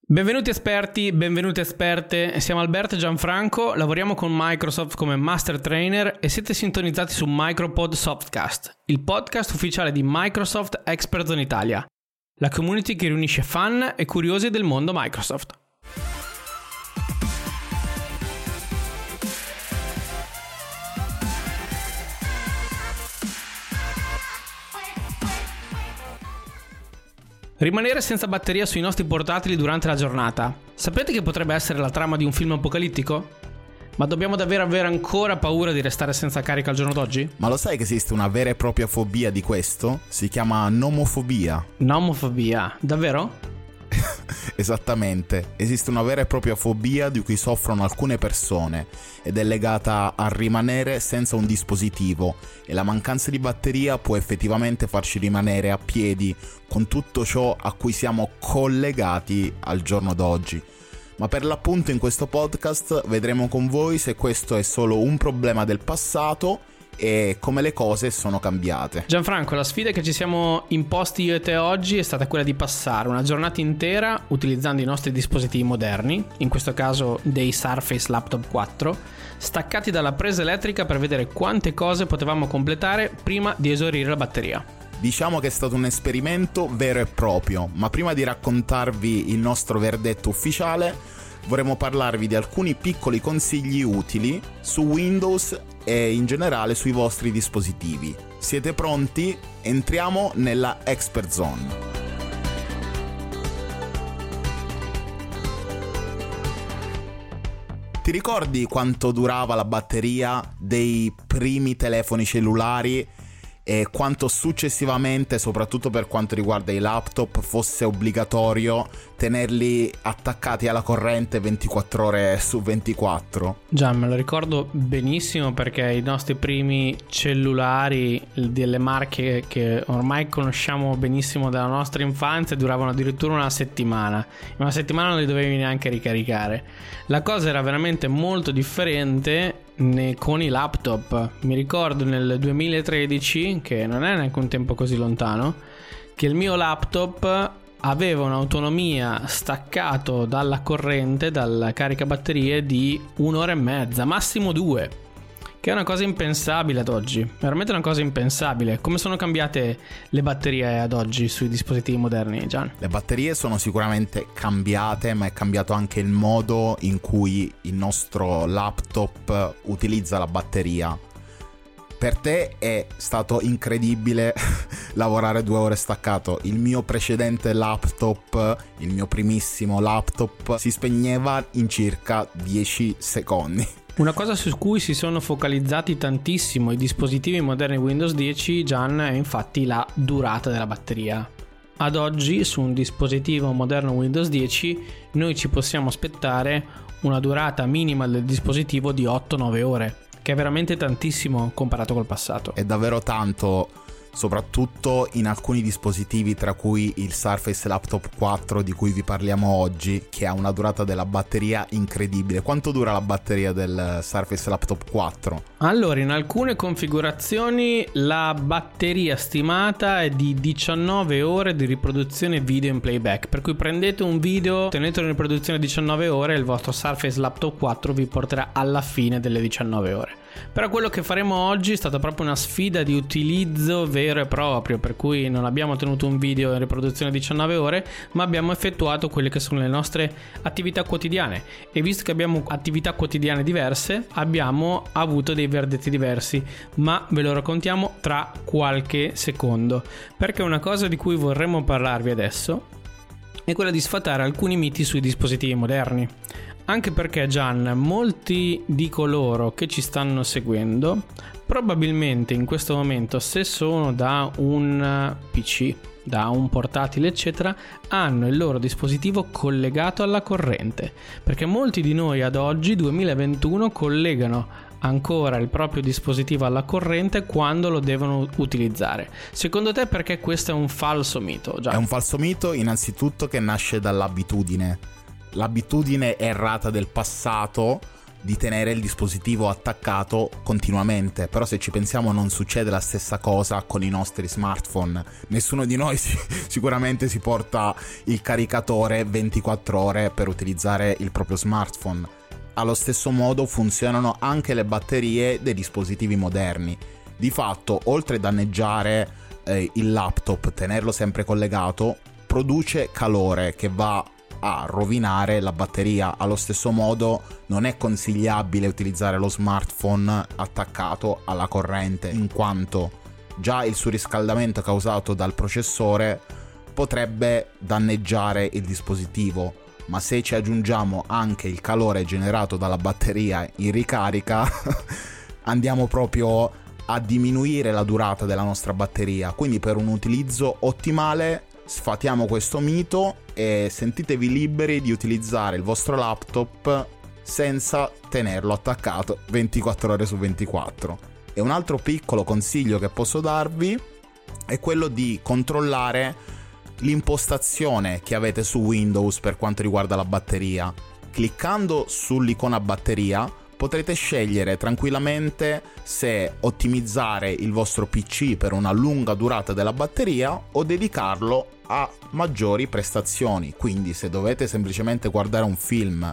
Benvenuti esperti, benvenute esperte, siamo Alberto e Gianfranco, lavoriamo con Microsoft come Master Trainer e siete sintonizzati su Micropod Softcast, il podcast ufficiale di Microsoft Expert in Italia, la community che riunisce fan e curiosi del mondo Microsoft. Rimanere senza batteria sui nostri portatili durante la giornata. Sapete che potrebbe essere la trama di un film apocalittico? Ma dobbiamo davvero avere ancora paura di restare senza carica al giorno d'oggi? Ma lo sai che esiste una vera e propria fobia di questo? Si chiama nomofobia. Nomofobia? Davvero? Esattamente, esiste una vera e propria fobia di cui soffrono alcune persone ed è legata a rimanere senza un dispositivo e la mancanza di batteria può effettivamente farci rimanere a piedi con tutto ciò a cui siamo collegati al giorno d'oggi. Ma per l'appunto in questo podcast vedremo con voi se questo è solo un problema del passato e come le cose sono cambiate. Gianfranco, la sfida che ci siamo imposti io e te oggi è stata quella di passare una giornata intera utilizzando i nostri dispositivi moderni, in questo caso dei Surface Laptop 4, staccati dalla presa elettrica per vedere quante cose potevamo completare prima di esaurire la batteria. Diciamo che è stato un esperimento vero e proprio, ma prima di raccontarvi il nostro verdetto ufficiale vorremmo parlarvi di alcuni piccoli consigli utili su Windows e in generale sui vostri dispositivi. Siete pronti? Entriamo nella Expert Zone. Ti ricordi quanto durava la batteria dei primi telefoni cellulari e quanto successivamente, soprattutto per quanto riguarda i laptop, fosse obbligatorio tenerli attaccati alla corrente 24 ore su 24? Già, me lo ricordo benissimo perché i nostri primi cellulari delle marche che ormai conosciamo benissimo dalla nostra infanzia duravano addirittura una settimana. In una settimana non li dovevi neanche ricaricare. La cosa era veramente molto differente con i laptop. Mi ricordo nel 2013, che non è neanche un tempo così lontano, che il mio laptop aveva un'autonomia staccato dalla corrente, dalla caricabatterie di 1 ora e mezza, massimo 2, che è una cosa impensabile ad oggi, veramente una cosa impensabile. Come sono cambiate le batterie ad oggi sui dispositivi moderni, Gian? Le batterie sono sicuramente cambiate, ma è cambiato anche il modo in cui il nostro laptop utilizza la batteria. Per te è stato incredibile lavorare 2 ore staccato. Il mio precedente laptop, il mio primissimo laptop, si spegneva in circa 10 secondi. Una cosa su cui si sono focalizzati tantissimo i dispositivi moderni Windows 10, Gian, è infatti la durata della batteria. Ad oggi su un dispositivo moderno Windows 10 noi ci possiamo aspettare una durata minima del dispositivo di 8-9 ore, che è veramente tantissimo comparato col passato. È davvero tanto, soprattutto in alcuni dispositivi, tra cui il Surface Laptop 4 di cui vi parliamo oggi, che ha una durata della batteria incredibile. Quanto dura la batteria del Surface Laptop 4? Allora, in alcune configurazioni la batteria stimata è di 19 ore di riproduzione video in playback, per cui prendete un video, tenetelo in riproduzione 19 ore e il vostro Surface Laptop 4 vi porterà alla fine delle 19 ore. Però quello che faremo oggi è stata proprio una sfida di utilizzo vero e proprio, per cui non abbiamo tenuto un video in riproduzione 19 ore, ma abbiamo effettuato quelle che sono le nostre attività quotidiane, e visto che abbiamo attività quotidiane diverse abbiamo avuto dei verdetti diversi, ma ve lo raccontiamo tra qualche secondo, perché una cosa di cui vorremmo parlarvi adesso è quella di sfatare alcuni miti sui dispositivi moderni. Anche perché, Gian, molti di coloro che ci stanno seguendo probabilmente in questo momento, se sono da un PC, da un portatile eccetera, hanno il loro dispositivo collegato alla corrente, perché molti di noi ad oggi 2021 collegano ancora il proprio dispositivo alla corrente quando lo devono utilizzare. Secondo te perché questo è un falso mito, Gian? È un falso mito innanzitutto che nasce dall'abitudine errata del passato, di tenere il dispositivo attaccato continuamente. Però se ci pensiamo non succede la stessa cosa con i nostri smartphone. Nessuno di noi sicuramente si porta il caricatore 24 ore per utilizzare il proprio smartphone. Allo stesso modo funzionano anche le batterie dei dispositivi moderni. Di fatto, oltre a danneggiare il laptop, tenerlo sempre collegato, produce calore che va a rovinare la batteria. Allo stesso modo non è consigliabile utilizzare lo smartphone attaccato alla corrente, in quanto già il surriscaldamento causato dal processore potrebbe danneggiare il dispositivo, ma se ci aggiungiamo anche il calore generato dalla batteria in ricarica andiamo proprio a diminuire la durata della nostra batteria. Quindi per un utilizzo ottimale sfatiamo questo mito e sentitevi liberi di utilizzare il vostro laptop senza tenerlo attaccato 24 ore su 24. E un altro piccolo consiglio che posso darvi è quello di controllare l'impostazione che avete su Windows per quanto riguarda la batteria. Cliccando sull'icona batteria potrete scegliere tranquillamente se ottimizzare il vostro PC per una lunga durata della batteria o dedicarlo a maggiori prestazioni. Quindi se dovete semplicemente guardare un film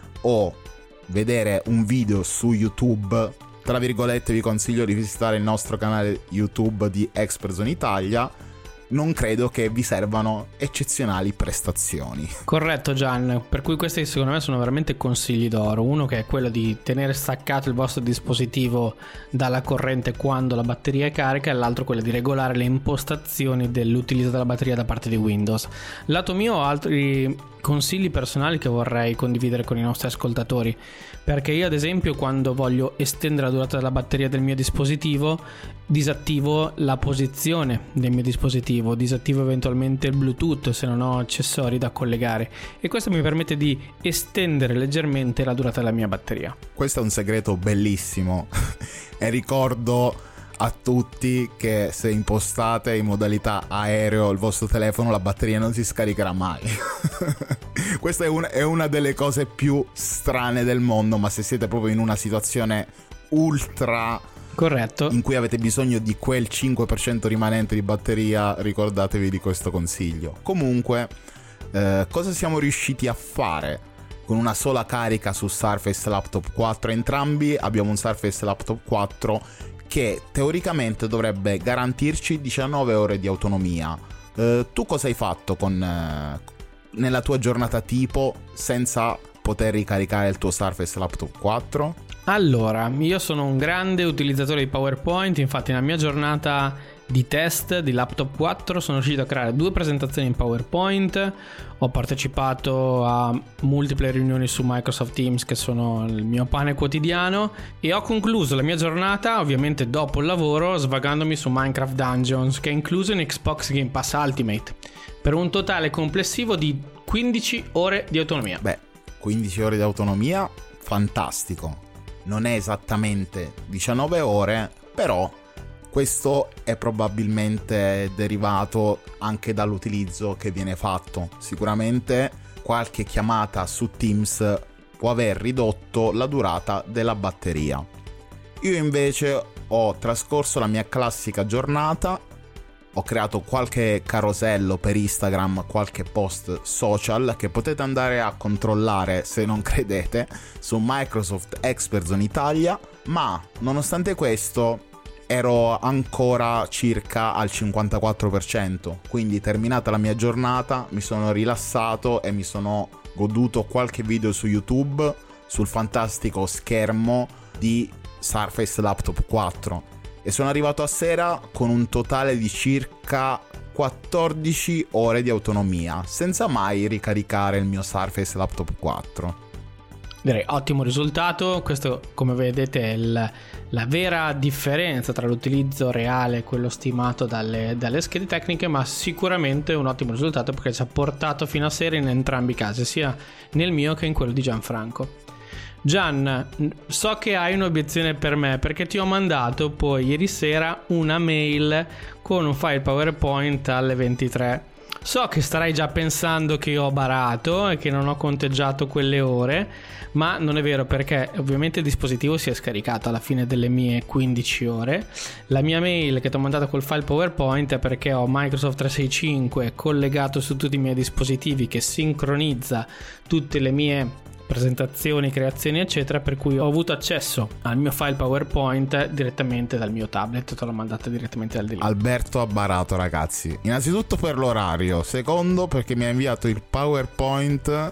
o vedere un video su YouTube, tra virgolette vi consiglio di visitare il nostro canale YouTube di Expertzone Italia. Non credo che vi servano eccezionali prestazioni. Corretto Gian, per cui questi secondo me sono veramente consigli d'oro. Uno che è quello di tenere staccato il vostro dispositivo dalla corrente quando la batteria è carica, e l'altro quello di regolare le impostazioni dell'utilizzo della batteria da parte di Windows. Lato mio ho altri consigli personali che vorrei condividere con i nostri ascoltatori, perché io ad esempio quando voglio estendere la durata della batteria del mio dispositivo disattivo la posizione del mio dispositivo, disattivo eventualmente il Bluetooth se non ho accessori da collegare, e questo mi permette di estendere leggermente la durata della mia batteria. Questo è un segreto bellissimo e ricordo a tutti che se impostate in modalità aereo il vostro telefono la batteria non si scaricherà mai. Questa è una delle cose più strane del mondo, ma se siete proprio in una situazione ultra corretto in cui avete bisogno di quel 5% rimanente di batteria, ricordatevi di questo consiglio. Comunque cosa siamo riusciti a fare con una sola carica su Surface Laptop 4? Entrambi abbiamo un Surface Laptop 4 che teoricamente dovrebbe garantirci 19 ore di autonomia. Tu cosa hai fatto nella tua giornata tipo senza poter ricaricare il tuo Surface Laptop 4? Allora, io sono un grande utilizzatore di PowerPoint, infatti nella mia giornata di test di Laptop 4 sono riuscito a creare 2 presentazioni in PowerPoint, ho partecipato a multiple riunioni su Microsoft Teams che sono il mio pane quotidiano, e ho concluso la mia giornata ovviamente dopo il lavoro svagandomi su Minecraft Dungeons, che è incluso in Xbox Game Pass Ultimate, per un totale complessivo di 15 ore di autonomia. Beh, 15 ore di autonomia, fantastico. Non è esattamente 19 ore, però questo è probabilmente derivato anche dall'utilizzo che viene fatto. Sicuramente qualche chiamata su Teams può aver ridotto la durata della batteria. Io invece ho trascorso la mia classica giornata, ho creato qualche carosello per Instagram, qualche post social che potete andare a controllare se non credete su Microsoft Expertzone Italia, ma nonostante questo ero ancora circa al 54%, quindi terminata la mia giornata mi sono rilassato e mi sono goduto qualche video su YouTube sul fantastico schermo di Surface Laptop 4 e sono arrivato a sera con un totale di circa 14 ore di autonomia senza mai ricaricare il mio Surface Laptop 4. Direi ottimo risultato. Questo, come vedete, è la vera differenza tra l'utilizzo reale e quello stimato dalle schede tecniche, ma sicuramente un ottimo risultato perché ci ha portato fino a sera in entrambi i casi, sia nel mio che in quello di Gianfranco. Gian, so che hai un'obiezione per me perché ti ho mandato poi ieri sera una mail con un file PowerPoint alle 23. So che starai già pensando che ho barato e che non ho conteggiato quelle ore, ma non è vero, perché ovviamente il dispositivo si è scaricato alla fine delle mie 15 ore. La mia mail che ti ho mandato col file PowerPoint è perché ho Microsoft 365 collegato su tutti i miei dispositivi, che sincronizza tutte le mie presentazioni, creazioni eccetera, per cui ho avuto accesso al mio file PowerPoint direttamente dal mio tablet, te l'ho mandata direttamente dal di là. Alberto ha barato, ragazzi, innanzitutto per l'orario, secondo perché mi ha inviato il PowerPoint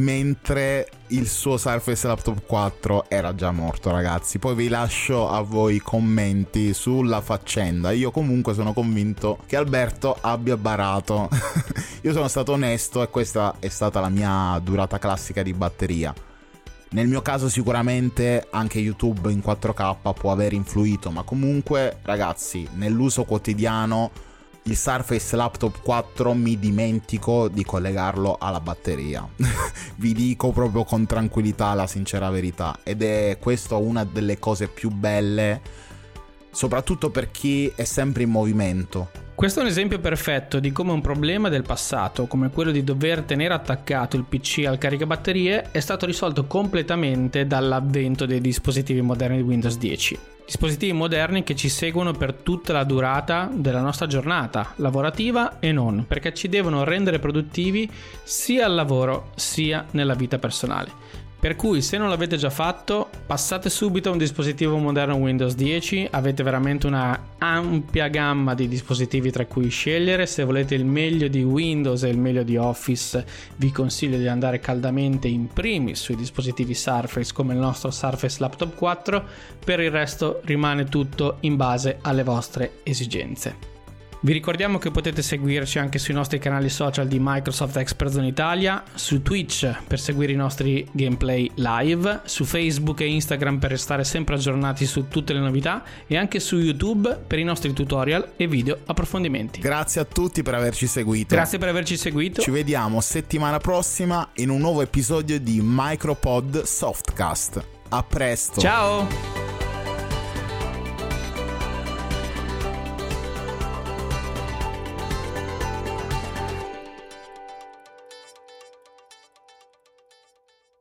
mentre il suo Surface Laptop 4 era già morto, ragazzi. Poi vi lascio a voi i commenti sulla faccenda. Io comunque sono convinto che Alberto abbia barato. Io sono stato onesto e questa è stata la mia durata classica di batteria. Nel mio caso sicuramente anche YouTube in 4K può aver influito, ma comunque, ragazzi, nell'uso quotidiano il Surface Laptop 4 mi dimentico di collegarlo alla batteria. Vi dico proprio con tranquillità la sincera verità, ed è questa una delle cose più belle, soprattutto per chi è sempre in movimento. Questo è un esempio perfetto di come un problema del passato, come quello di dover tenere attaccato il PC al caricabatterie, è stato risolto completamente dall'avvento dei dispositivi moderni di Windows 10. Dispositivi moderni che ci seguono per tutta la durata della nostra giornata, lavorativa e non, perché ci devono rendere produttivi sia al lavoro sia nella vita personale. Per cui, se non l'avete già fatto, passate subito a un dispositivo moderno Windows 10. Avete veramente una ampia gamma di dispositivi tra cui scegliere. Se volete il meglio di Windows e il meglio di Office, vi consiglio di andare caldamente in primis sui dispositivi Surface come il nostro Surface Laptop 4. Per il resto rimane tutto in base alle vostre esigenze. Vi ricordiamo che potete seguirci anche sui nostri canali social di Microsoft Expert Zone Italia, su Twitch per seguire i nostri gameplay live, su Facebook e Instagram per restare sempre aggiornati su tutte le novità, e anche su YouTube per i nostri tutorial e video approfondimenti. Grazie a tutti per averci seguito. Grazie per averci seguito. Ci vediamo settimana prossima in un nuovo episodio di Micropod Softcast. A presto. Ciao!